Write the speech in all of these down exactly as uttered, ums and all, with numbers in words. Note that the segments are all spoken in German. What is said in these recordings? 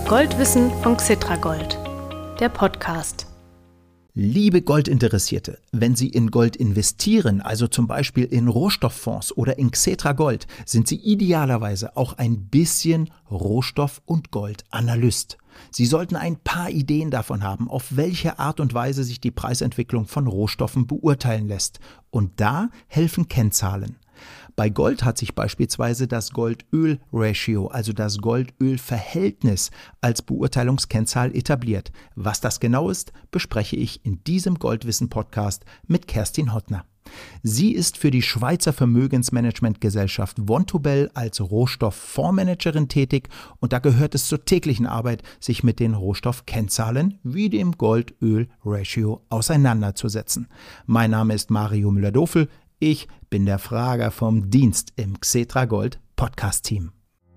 Goldwissen von Xetragold, der Podcast. Liebe Goldinteressierte, wenn Sie in Gold investieren, also zum Beispiel in Rohstofffonds oder in Xetragold, sind Sie idealerweise auch ein bisschen Rohstoff- und Goldanalyst. Sie sollten ein paar Ideen davon haben, auf welche Art und Weise sich die Preisentwicklung von Rohstoffen beurteilen lässt. Und da helfen Kennzahlen. Bei Gold hat sich beispielsweise das Gold-Öl-Ratio, also das Gold-Öl-Verhältnis, als Beurteilungskennzahl etabliert. Was das genau ist, bespreche ich in diesem Goldwissen-Podcast mit Kerstin Hottner. Sie ist für die Schweizer Vermögensmanagementgesellschaft Vontobel als Rohstofffondsmanagerin tätig und da gehört es zur täglichen Arbeit, sich mit den Rohstoffkennzahlen wie dem Gold-Öl-Ratio auseinanderzusetzen. Mein Name ist Mario Müller-Dofel. Ich bin der Frager vom Dienst im Xetragold Podcast-Team.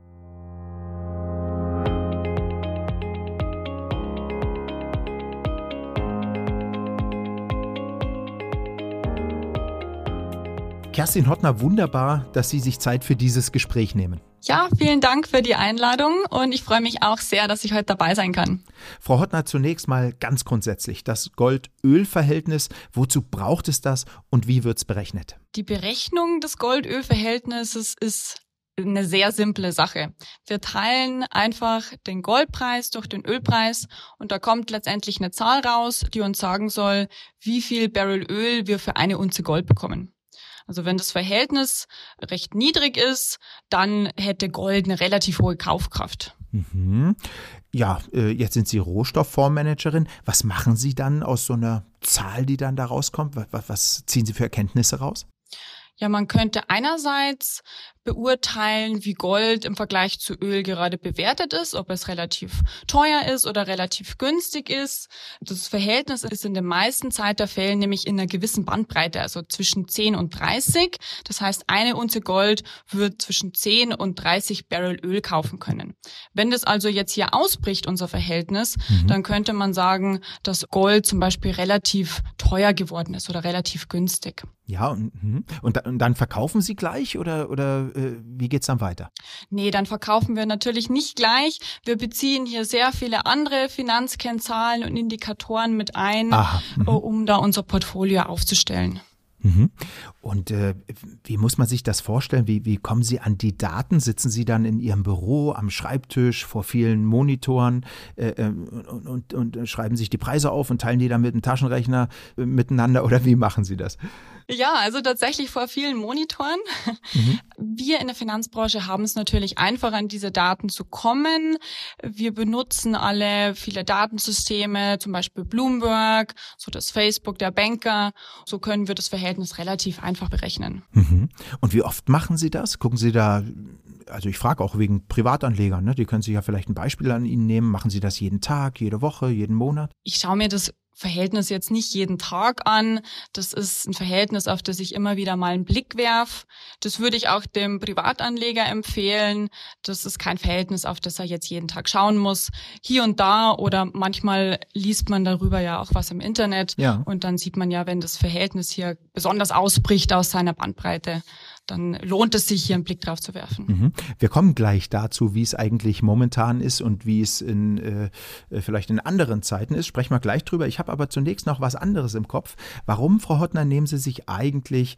Kerstin Hottner, wunderbar, dass Sie sich Zeit für dieses Gespräch nehmen. Ja, vielen Dank für die Einladung und ich freue mich auch sehr, dass ich heute dabei sein kann. Frau Hottner, zunächst mal ganz grundsätzlich das Gold-Öl-Verhältnis. Wozu braucht es das und wie wird es berechnet? Die Berechnung des Gold-Öl-Verhältnisses ist eine sehr simple Sache. Wir teilen einfach den Goldpreis durch den Ölpreis und da kommt letztendlich eine Zahl raus, die uns sagen soll, wie viel Barrel Öl wir für eine Unze Gold bekommen. Also wenn das Verhältnis recht niedrig ist, dann hätte Gold eine relativ hohe Kaufkraft. Mhm. Ja, jetzt sind Sie Rohstofffondsmanagerin. Was machen Sie dann aus so einer Zahl, die dann da rauskommt? Was, was ziehen Sie für Erkenntnisse raus? Ja, man könnte einerseits beurteilen, wie Gold im Vergleich zu Öl gerade bewertet ist, ob es relativ teuer ist oder relativ günstig ist. Das Verhältnis ist in den meisten Zeit der Fällen nämlich in einer gewissen Bandbreite, also zwischen zehn und dreißig. Das heißt, eine Unze Gold wird zwischen zehn und dreißig Barrel Öl kaufen können. Wenn das also jetzt hier ausbricht, unser Verhältnis, mhm. dann könnte man sagen, dass Gold zum Beispiel relativ teuer geworden ist oder relativ günstig. Ja, und, und, und dann verkaufen Sie gleich oder, oder äh, wie geht's dann weiter? Nee, dann verkaufen wir natürlich nicht gleich. Wir beziehen hier sehr viele andere Finanzkennzahlen und Indikatoren mit ein, Aha, um da unser Portfolio aufzustellen. Mhm. Und äh, wie muss man sich das vorstellen? Wie, wie kommen Sie an die Daten? Sitzen Sie dann in Ihrem Büro am Schreibtisch vor vielen Monitoren äh, und, und, und schreiben sich die Preise auf und teilen die dann mit dem Taschenrechner äh, miteinander oder wie machen Sie das? Ja, also tatsächlich vor vielen Monitoren. Mhm. Wir in der Finanzbranche haben es natürlich einfach, an diese Daten zu kommen. Wir benutzen alle viele Datensysteme, zum Beispiel Bloomberg, so das Facebook der Banker. So können wir das Verhältnis relativ einfach berechnen. Mhm. Und wie oft machen Sie das? Gucken Sie da, also ich frage auch wegen Privatanlegern, ne? Die können sich ja vielleicht ein Beispiel an Ihnen nehmen. Machen Sie das jeden Tag, jede Woche, jeden Monat? Ich schaue mir das Verhältnis jetzt nicht jeden Tag an. Das ist ein Verhältnis, auf das ich immer wieder mal einen Blick werfe. Das würde ich auch dem Privatanleger empfehlen. Das ist kein Verhältnis, auf das er jetzt jeden Tag schauen muss. Hier und da oder manchmal liest man darüber ja auch was im Internet. Ja. Und dann sieht man ja, wenn das Verhältnis hier besonders ausbricht aus seiner Bandbreite, dann lohnt es sich, hier einen Blick drauf zu werfen. Mhm. Wir kommen gleich dazu, wie es eigentlich momentan ist und wie es in äh, vielleicht in anderen Zeiten ist. Sprechen wir gleich drüber. Ich habe aber zunächst noch was anderes im Kopf. Warum, Frau Hottner, nehmen Sie sich eigentlich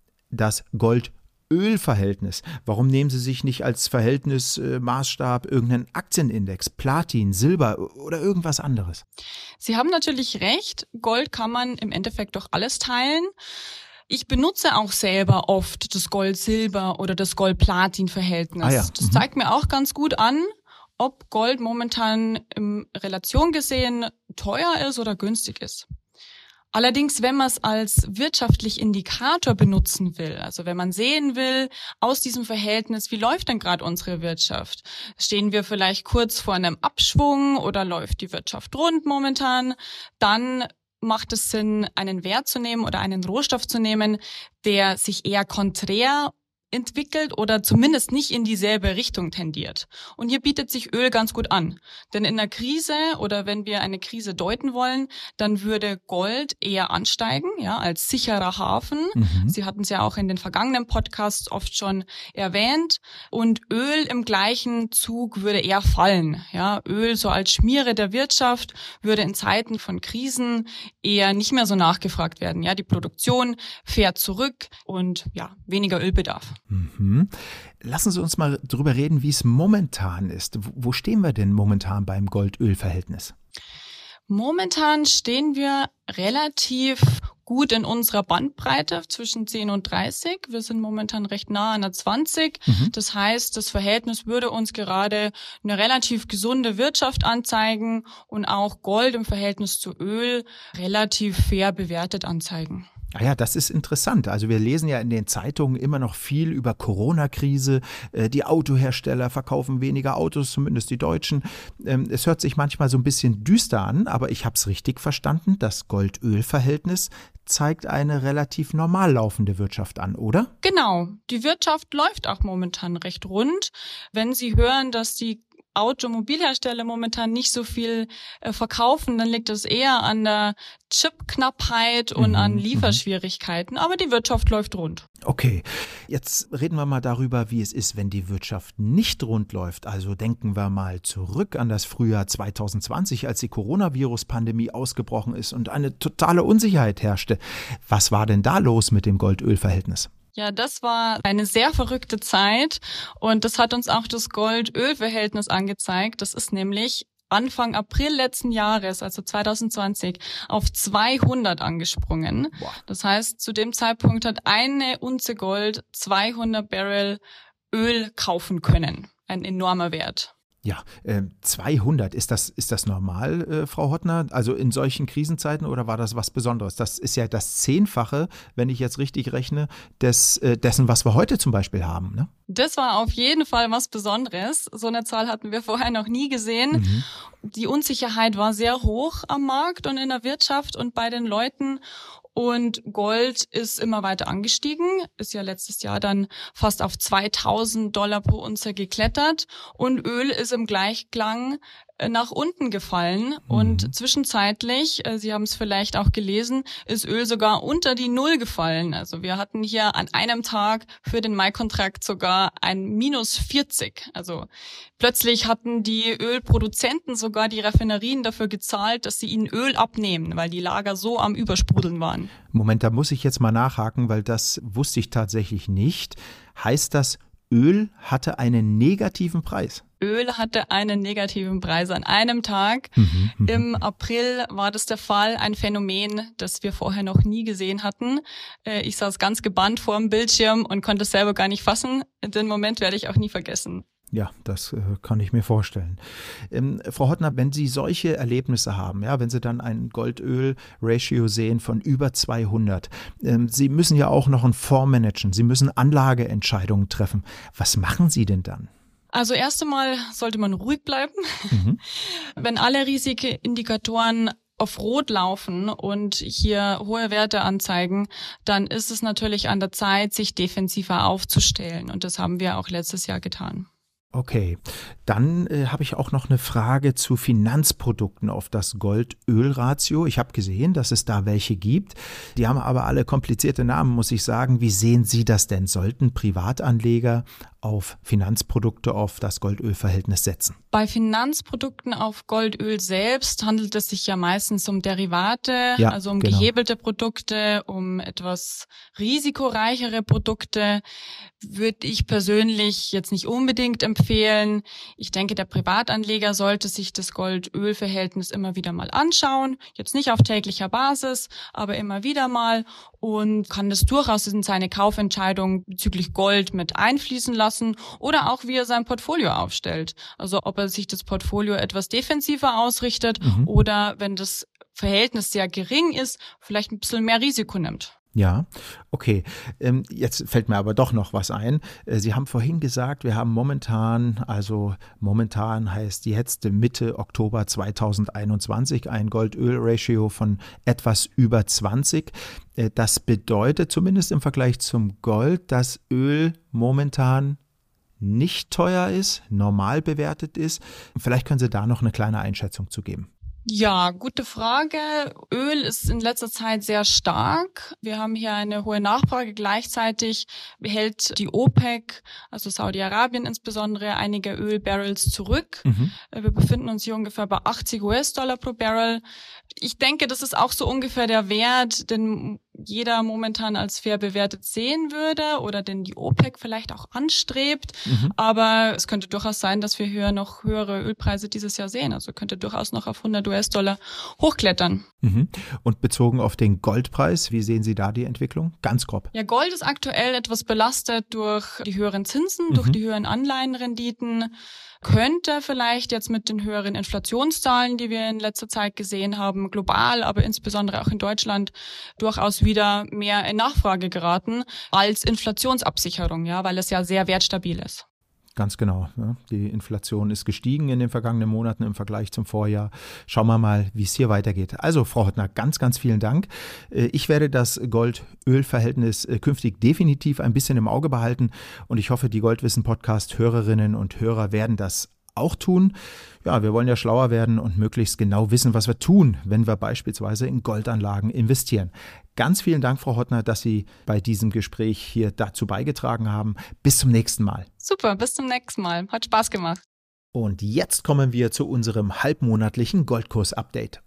das Gold-Öl-Verhältnis? Warum nehmen Sie sich nicht als Verhältnismaßstab äh, irgendeinen Aktienindex, Platin, Silber oder irgendwas anderes? Sie haben natürlich recht. Gold kann man im Endeffekt durch alles teilen. Ich benutze auch selber oft das Gold-Silber- oder das Gold-Platin-Verhältnis. Ah ja. Das mhm. zeigt mir auch ganz gut an, ob Gold momentan in Relation gesehen teuer ist oder günstig ist. Allerdings, wenn man es als wirtschaftlich Indikator benutzen will, also wenn man sehen will, aus diesem Verhältnis, wie läuft denn gerade unsere Wirtschaft? Stehen wir vielleicht kurz vor einem Abschwung oder läuft die Wirtschaft rund momentan? Dann macht es Sinn, einen Wert zu nehmen oder einen Rohstoff zu nehmen, der sich eher konträr entwickelt oder zumindest nicht in dieselbe Richtung tendiert. Und hier bietet sich Öl ganz gut an. Denn in einer Krise oder wenn wir eine Krise deuten wollen, dann würde Gold eher ansteigen, ja, als sicherer Hafen. Mhm. Sie hatten es ja auch in den vergangenen Podcasts oft schon erwähnt. Und Öl im gleichen Zug würde eher fallen. Ja, Öl so als Schmiere der Wirtschaft würde in Zeiten von Krisen eher nicht mehr so nachgefragt werden. Ja, die Produktion fährt zurück und ja, weniger Ölbedarf. Mhm. Lassen Sie uns mal drüber reden, wie es momentan ist. Wo stehen wir denn momentan beim Gold-Öl-Verhältnis? Momentan stehen wir relativ gut in unserer Bandbreite zwischen zehn und dreißig. Wir sind momentan recht nah an der zwanzig. Mhm. Das heißt, das Verhältnis würde uns gerade eine relativ gesunde Wirtschaft anzeigen und auch Gold im Verhältnis zu Öl relativ fair bewertet anzeigen. Ah ja, das ist interessant. Also wir lesen ja in den Zeitungen immer noch viel über Corona-Krise. Die Autohersteller verkaufen weniger Autos, zumindest die Deutschen. Es hört sich manchmal so ein bisschen düster an, aber ich habe es richtig verstanden. Das Gold-Öl-Verhältnis zeigt eine relativ normal laufende Wirtschaft an, oder? Genau. Die Wirtschaft läuft auch momentan recht rund. Wenn Sie hören, dass die Automobilhersteller momentan nicht so viel äh, verkaufen, dann liegt das eher an der Chipknappheit und mhm, an Lieferschwierigkeiten. Aber die Wirtschaft läuft rund. Okay, jetzt reden wir mal darüber, wie es ist, wenn die Wirtschaft nicht rund läuft. Also denken wir mal zurück an das Frühjahr zwanzig zwanzig, als die Coronavirus-Pandemie ausgebrochen ist und eine totale Unsicherheit herrschte. Was war denn da los mit dem Gold-Öl-Verhältnis? Ja, das war eine sehr verrückte Zeit und das hat uns auch das Gold-Öl-Verhältnis angezeigt. Das ist nämlich Anfang April letzten Jahres, also zwanzig zwanzig, auf zweihundert angesprungen. Boah. Das heißt, zu dem Zeitpunkt hat eine Unze Gold zweihundert Barrel Öl kaufen können. Ein enormer Wert. Ja, äh, zweihundert, ist das, ist das normal, äh, Frau Hottner? Also in solchen Krisenzeiten oder war das was Besonderes? Das ist ja das Zehnfache, wenn ich jetzt richtig rechne, des, äh, dessen, was wir heute zum Beispiel haben, ne? Das war auf jeden Fall was Besonderes. So eine Zahl hatten wir vorher noch nie gesehen. Mhm. Die Unsicherheit war sehr hoch am Markt und in der Wirtschaft und bei den Leuten. Und Gold ist immer weiter angestiegen, ist ja letztes Jahr dann fast auf zweitausend Dollar pro Unze geklettert und Öl ist im Gleichklang nach unten gefallen und mhm. zwischenzeitlich, Sie haben es vielleicht auch gelesen, ist Öl sogar unter die Null gefallen. Also wir hatten hier an einem Tag für den Mai-Kontrakt sogar ein minus vierzig. Also plötzlich hatten die Ölproduzenten sogar die Raffinerien dafür gezahlt, dass sie ihnen Öl abnehmen, weil die Lager so am Übersprudeln waren. Moment, da muss ich jetzt mal nachhaken, weil das wusste ich tatsächlich nicht. Heißt das, Öl hatte einen negativen Preis? Öl hatte einen negativen Preis an einem Tag. Mhm, Im April war das der Fall, ein Phänomen, das wir vorher noch nie gesehen hatten. Ich saß ganz gebannt vor dem Bildschirm und konnte es selber gar nicht fassen. Den Moment werde ich auch nie vergessen. Ja, das äh, kann ich mir vorstellen. Ähm, Frau Hottner, wenn Sie solche Erlebnisse haben, ja, wenn Sie dann ein Gold-Öl-Ratio sehen von über zweihundert, ähm, Sie müssen ja auch noch einen Fonds managen, Sie müssen Anlageentscheidungen treffen. Was machen Sie denn dann? Also erst einmal sollte man ruhig bleiben. Mhm. Wenn alle Risikoindikatoren auf Rot laufen und hier hohe Werte anzeigen, dann ist es natürlich an der Zeit, sich defensiver aufzustellen. Und das haben wir auch letztes Jahr getan. Okay, dann äh, habe ich auch noch eine Frage zu Finanzprodukten auf das Gold-Öl-Ratio. Ich habe gesehen, dass es da welche gibt. Die haben aber alle komplizierte Namen, muss ich sagen. Wie sehen Sie das denn? Sollten Privatanleger auf Finanzprodukte auf das Gold-Öl-Verhältnis setzen? Bei Finanzprodukten auf Gold-Öl selbst handelt es sich ja meistens um Derivate, ja, also um genau. gehebelte Produkte, um etwas risikoreichere Produkte. Würde ich persönlich jetzt nicht unbedingt empfehlen. Ich denke, der Privatanleger sollte sich das Gold-Öl-Verhältnis immer wieder mal anschauen. Jetzt nicht auf täglicher Basis, aber immer wieder mal und kann das durchaus in seine Kaufentscheidung bezüglich Gold mit einfließen lassen oder auch wie er sein Portfolio aufstellt. Also ob er sich das Portfolio etwas defensiver ausrichtet mhm. oder wenn das Verhältnis sehr gering ist, vielleicht ein bisschen mehr Risiko nimmt. Ja, okay. Ähm, jetzt fällt mir aber doch noch was ein. Äh, Sie haben vorhin gesagt, wir haben momentan, also momentan heißt jetzt Mitte Oktober zweitausendeinundzwanzig, ein Gold-Öl-Ratio von etwas über zwanzig. Äh, das bedeutet zumindest im Vergleich zum Gold, dass Öl momentan nicht teuer ist, normal bewertet ist. Vielleicht können Sie da noch eine kleine Einschätzung zu geben. Ja, gute Frage. Öl ist in letzter Zeit sehr stark. Wir haben hier eine hohe Nachfrage. Gleichzeitig hält die OPEC, also Saudi-Arabien insbesondere, einige Ölbarrels zurück. Mhm. Wir befinden uns hier ungefähr bei achtzig US-Dollar pro Barrel. Ich denke, das ist auch so ungefähr der Wert, den jeder momentan als fair bewertet sehen würde oder den die OPEC vielleicht auch anstrebt. Mhm. Aber es könnte durchaus sein, dass wir hier noch höhere Ölpreise dieses Jahr sehen. Also könnte durchaus noch auf hundert US-Dollar hochklettern. Mhm. Und bezogen auf den Goldpreis, wie sehen Sie da die Entwicklung? Ganz grob. Ja, Gold ist aktuell etwas belastet durch die höheren Zinsen, mhm. durch die höheren Anleihenrenditen. Könnte vielleicht jetzt mit den höheren Inflationszahlen, die wir in letzter Zeit gesehen haben, global, aber insbesondere auch in Deutschland, durchaus wieder mehr in Nachfrage geraten als Inflationsabsicherung, ja, weil es ja sehr wertstabil ist. Ganz genau. Ja. Die Inflation ist gestiegen in den vergangenen Monaten im Vergleich zum Vorjahr. Schauen wir mal, wie es hier weitergeht. Also, Frau Hottner, ganz, ganz vielen Dank. Ich werde das Gold-Öl-Verhältnis künftig definitiv ein bisschen im Auge behalten und ich hoffe, die Goldwissen-Podcast-Hörerinnen und Hörer werden das auch tun. Ja, wir wollen ja schlauer werden und möglichst genau wissen, was wir tun, wenn wir beispielsweise in Goldanlagen investieren. Ganz vielen Dank, Frau Hottner, dass Sie bei diesem Gespräch hier dazu beigetragen haben. Bis zum nächsten Mal. Super, bis zum nächsten Mal. Hat Spaß gemacht. Und jetzt kommen wir zu unserem halbmonatlichen Goldkurs-Update.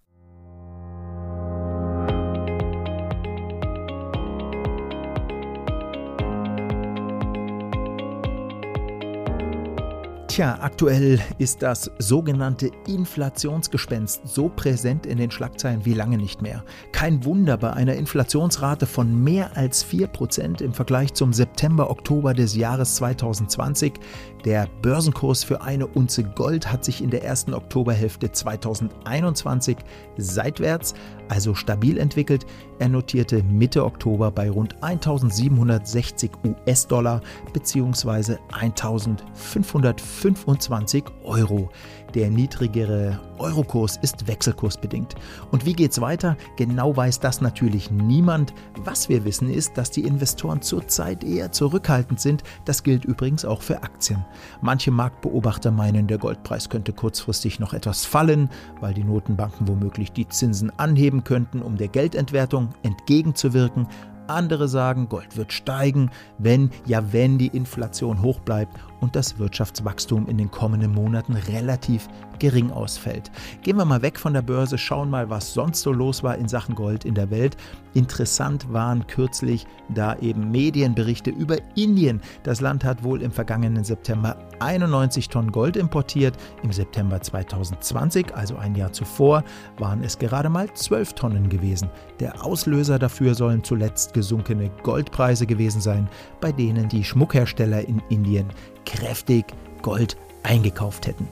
Tja, aktuell ist das sogenannte Inflationsgespenst so präsent in den Schlagzeilen wie lange nicht mehr. Kein Wunder bei einer Inflationsrate von mehr als vier Prozent im Vergleich zum September, Oktober des Jahres zweitausendzwanzig. Der Börsenkurs für eine Unze Gold hat sich in der ersten Oktoberhälfte zweitausendeinundzwanzig seitwärts, also stabil entwickelt. Er notierte Mitte Oktober bei rund eintausendsiebenhundertsechzig US-Dollar bzw. eintausendfünfhundertfünfundzwanzig Euro. Der niedrigere Eurokurs ist wechselkursbedingt. Und wie geht's weiter? Genau weiß das natürlich niemand. Was wir wissen ist, dass die Investoren zurzeit eher zurückhaltend sind. Das gilt übrigens auch für Aktien. Manche Marktbeobachter meinen, der Goldpreis könnte kurzfristig noch etwas fallen, weil die Notenbanken womöglich die Zinsen anheben könnten, um der Geldentwertung entgegenzuwirken. Andere sagen, Gold wird steigen, wenn, ja wenn die Inflation hoch bleibt und das Wirtschaftswachstum in den kommenden Monaten relativ gering ausfällt. Gehen wir mal weg von der Börse, schauen mal, was sonst so los war in Sachen Gold in der Welt. Interessant waren kürzlich da eben Medienberichte über Indien. Das Land hat wohl im vergangenen September einundneunzig Tonnen Gold importiert. Im September zweitausendzwanzig, also ein Jahr zuvor, waren es gerade mal zwölf Tonnen gewesen. Der Auslöser dafür sollen zuletzt gesunkene Goldpreise gewesen sein, bei denen die Schmuckhersteller in Indien kräftig Gold eingekauft hätten.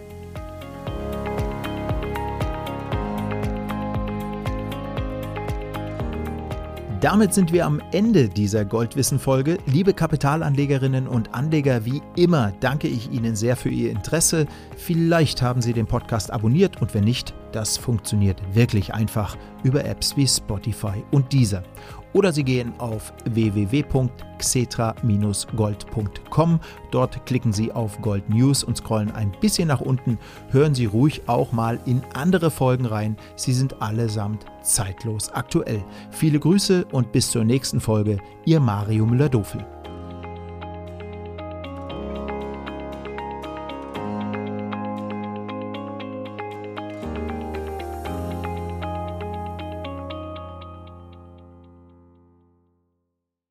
Damit sind wir am Ende dieser Goldwissen-Folge. Liebe Kapitalanlegerinnen und Anleger, wie immer danke ich Ihnen sehr für Ihr Interesse. Vielleicht haben Sie den Podcast abonniert und wenn nicht, das funktioniert wirklich einfach über Apps wie Spotify und Deezer. Oder Sie gehen auf w w w punkt xetra Bindestrich gold punkt com. Dort klicken Sie auf Gold News und scrollen ein bisschen nach unten. Hören Sie ruhig auch mal in andere Folgen rein. Sie sind allesamt zeitlos aktuell. Viele Grüße und bis zur nächsten Folge. Ihr Mario Müller-Dofel.